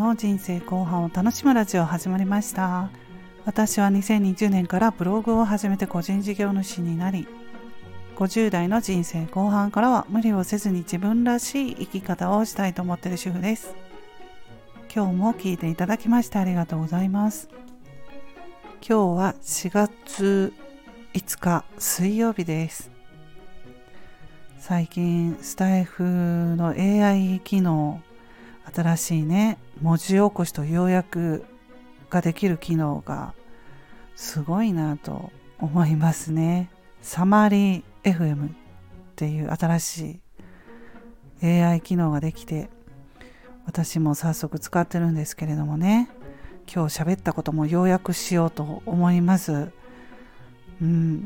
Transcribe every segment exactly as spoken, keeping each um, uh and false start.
の人生後半を楽しむラジオ始まりました。私はにせんにじゅうねんからブログを始めて個人事業主になり、ごじゅう代の人生後半からは無理をせずに自分らしい生き方をしたいと思っている主婦です。今日も聞いていただきましてありがとうございます。今日はしがついつか水曜日です。最近スタイフの エーアイ 機能、新しいね文字起こしと要約ができる機能がすごいなと思いますね。サマリー エフエム っていう新しい エーアイ 機能ができて、私も早速使ってるんですけれどもね、今日喋ったことも要約しようと思います。うん、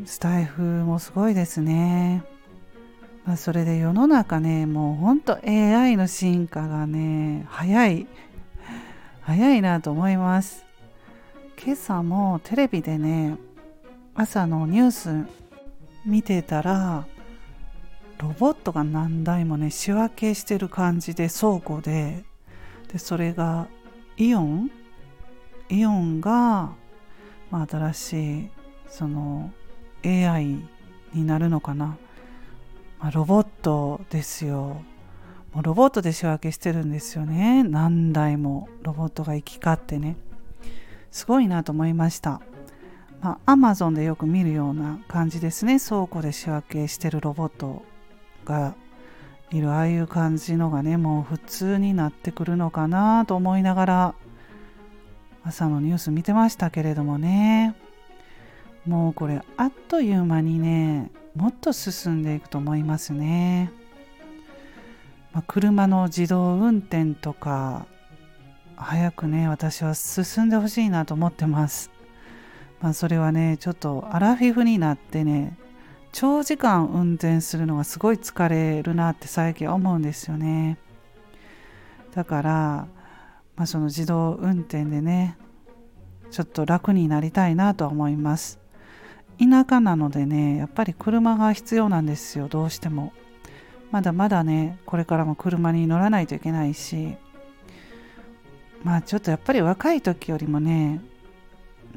スタイフもすごいですね。まあ、それで世の中ね、もうほんと エーアイ の進化がね、早い早いなと思います。今朝もテレビでね、朝のニュース見てたら、ロボットが何台もね仕分けしてる感じで倉庫で、でそれがイオンイオンが、まあ、新しいその エーアイ になるのかな。まあ、ロボットですよ。もうロボットで仕分けしてるんですよね。何台もロボットが行き交ってね、すごいなと思いました。まあ、Amazon でよく見るような感じですね。倉庫で仕分けしてるロボットがいる、ああいう感じのがね、もう普通になってくるのかなと思いながら朝のニュース見てましたけれどもね、もうこれあっという間にね、もっと進んでいくと思いますね。まあ、車の自動運転とか早くね、私は進んでほしいなと思ってます。まあ、それはね、ちょっとアラフィフになってね、長時間運転するのがすごい疲れるなって最近思うんですよね。だから、まあ、その自動運転でね、ちょっと楽になりたいなとは思います。田舎なのでね、やっぱり車が必要なんですよ、どうしても。まだまだね、これからも車に乗らないといけないし、まあちょっとやっぱり若い時よりもね、うん、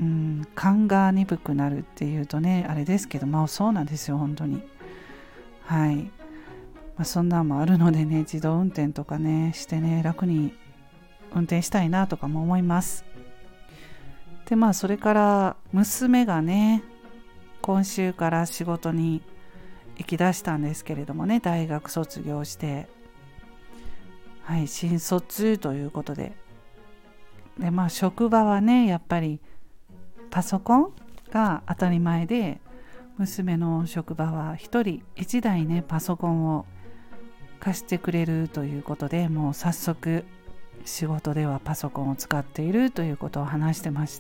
勘が鈍くなるっていうとね、あれですけど、まあそうなんですよ、本当に。はい。まあ、そんなんもあるのでね、自動運転とかね、してね、楽に運転したいなとかも思います。で、まあそれから娘がね、今週から仕事に行き出したんですけれどもね、大学卒業して、はい、新卒ということで、でまあ職場はね、やっぱりパソコンが当たり前で、娘の職場は一人一台ねパソコンを貸してくれるということで、もう早速仕事ではパソコンを使っているということを話してました。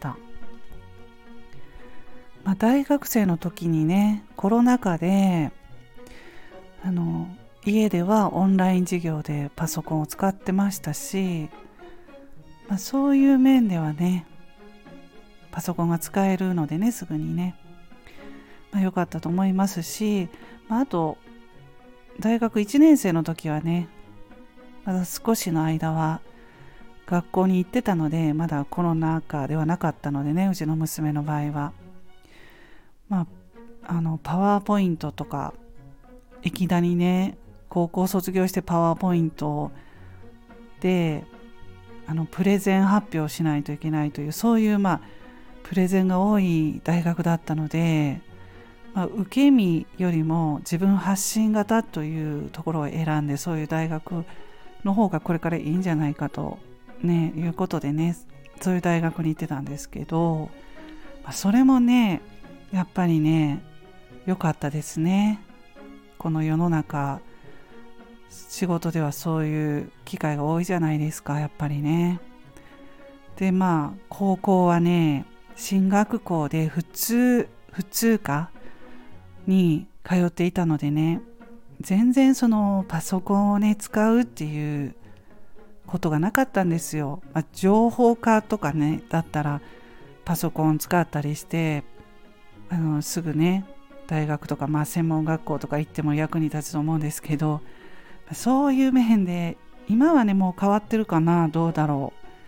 まあ、大学生の時にね、コロナ禍であの家ではオンライン授業でパソコンを使ってましたし、まあ、そういう面ではね、パソコンが使えるのでね、すぐにね、まあ、良かったと思いますし、まあ、あと大学いちねん生の時はね、まだ少しの間は学校に行ってたので、まだコロナ禍ではなかったのでね、うちの娘の場合は、まあ、あのパワーポイントとか、いきなりね、高校卒業してパワーポイントであのプレゼン発表しないといけないという、そういうまあプレゼンが多い大学だったので、まあ、受け身よりも自分発信型というところを選んで、そういう大学の方がこれからいいんじゃないかと、ね、いうことでね、そういう大学に行ってたんですけど、まあ、それもね、やっぱりね、良かったですね。この世の中、仕事ではそういう機会が多いじゃないですか、やっぱりね。で、まあ高校はね、進学校で普通普通科に通っていたのでね、全然そのパソコンをね使うっていうことがなかったんですよ。まあ、情報科とかねだったらパソコン使ったりして、あのすぐね大学とか、まあ、専門学校とか行っても役に立つと思うんですけど、そういう面で今はねもう変わってるかな、どうだろ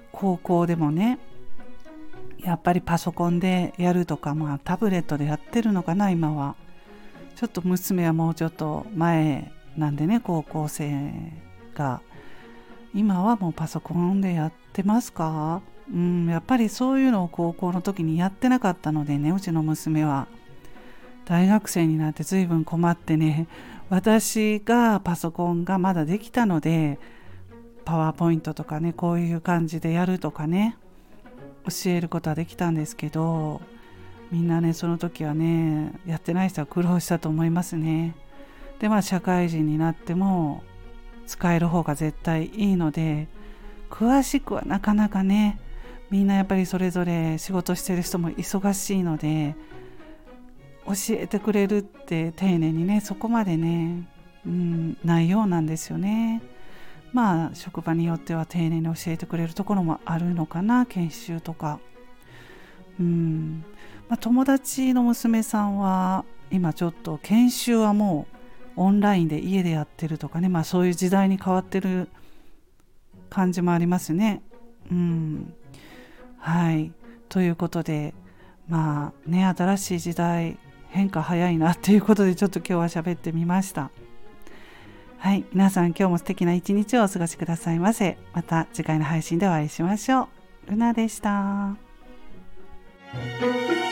高校でもねやっぱりパソコンでやるとか、まあタブレットでやってるのかな今は。ちょっと娘はもうちょっと前なんでね、高校生が。今はもうパソコンでやってますか？うん、やっぱりそういうのを高校の時にやってなかったのでね、うちの娘は大学生になって随分困ってね、私がパソコンがまだできたので、パワーポイントとかね、こういう感じでやるとかね、教えることはできたんですけど、みんなね、その時はね、やってない人は苦労したと思いますね。で、まあ社会人になっても使える方が絶対いいので、詳しくはなかなかね、みんなやっぱりそれぞれ仕事してる人も忙しいので、教えてくれるって丁寧にね、そこまでね、うん、ないようなんですよね。まあ職場によっては丁寧に教えてくれるところもあるのかな、研修とか。うん、まあ、友達の娘さんは今ちょっと研修はもうオンラインで家でやってるとかね、まあそういう時代に変わってる感じもありますね。うん、はい。ということで、まあね、新しい時代変化早いなっていうことで、ちょっと今日は喋ってみました。はい、皆さん今日も素敵な一日をお過ごしくださいませ。また次回の配信でお会いしましょう。ルナでした。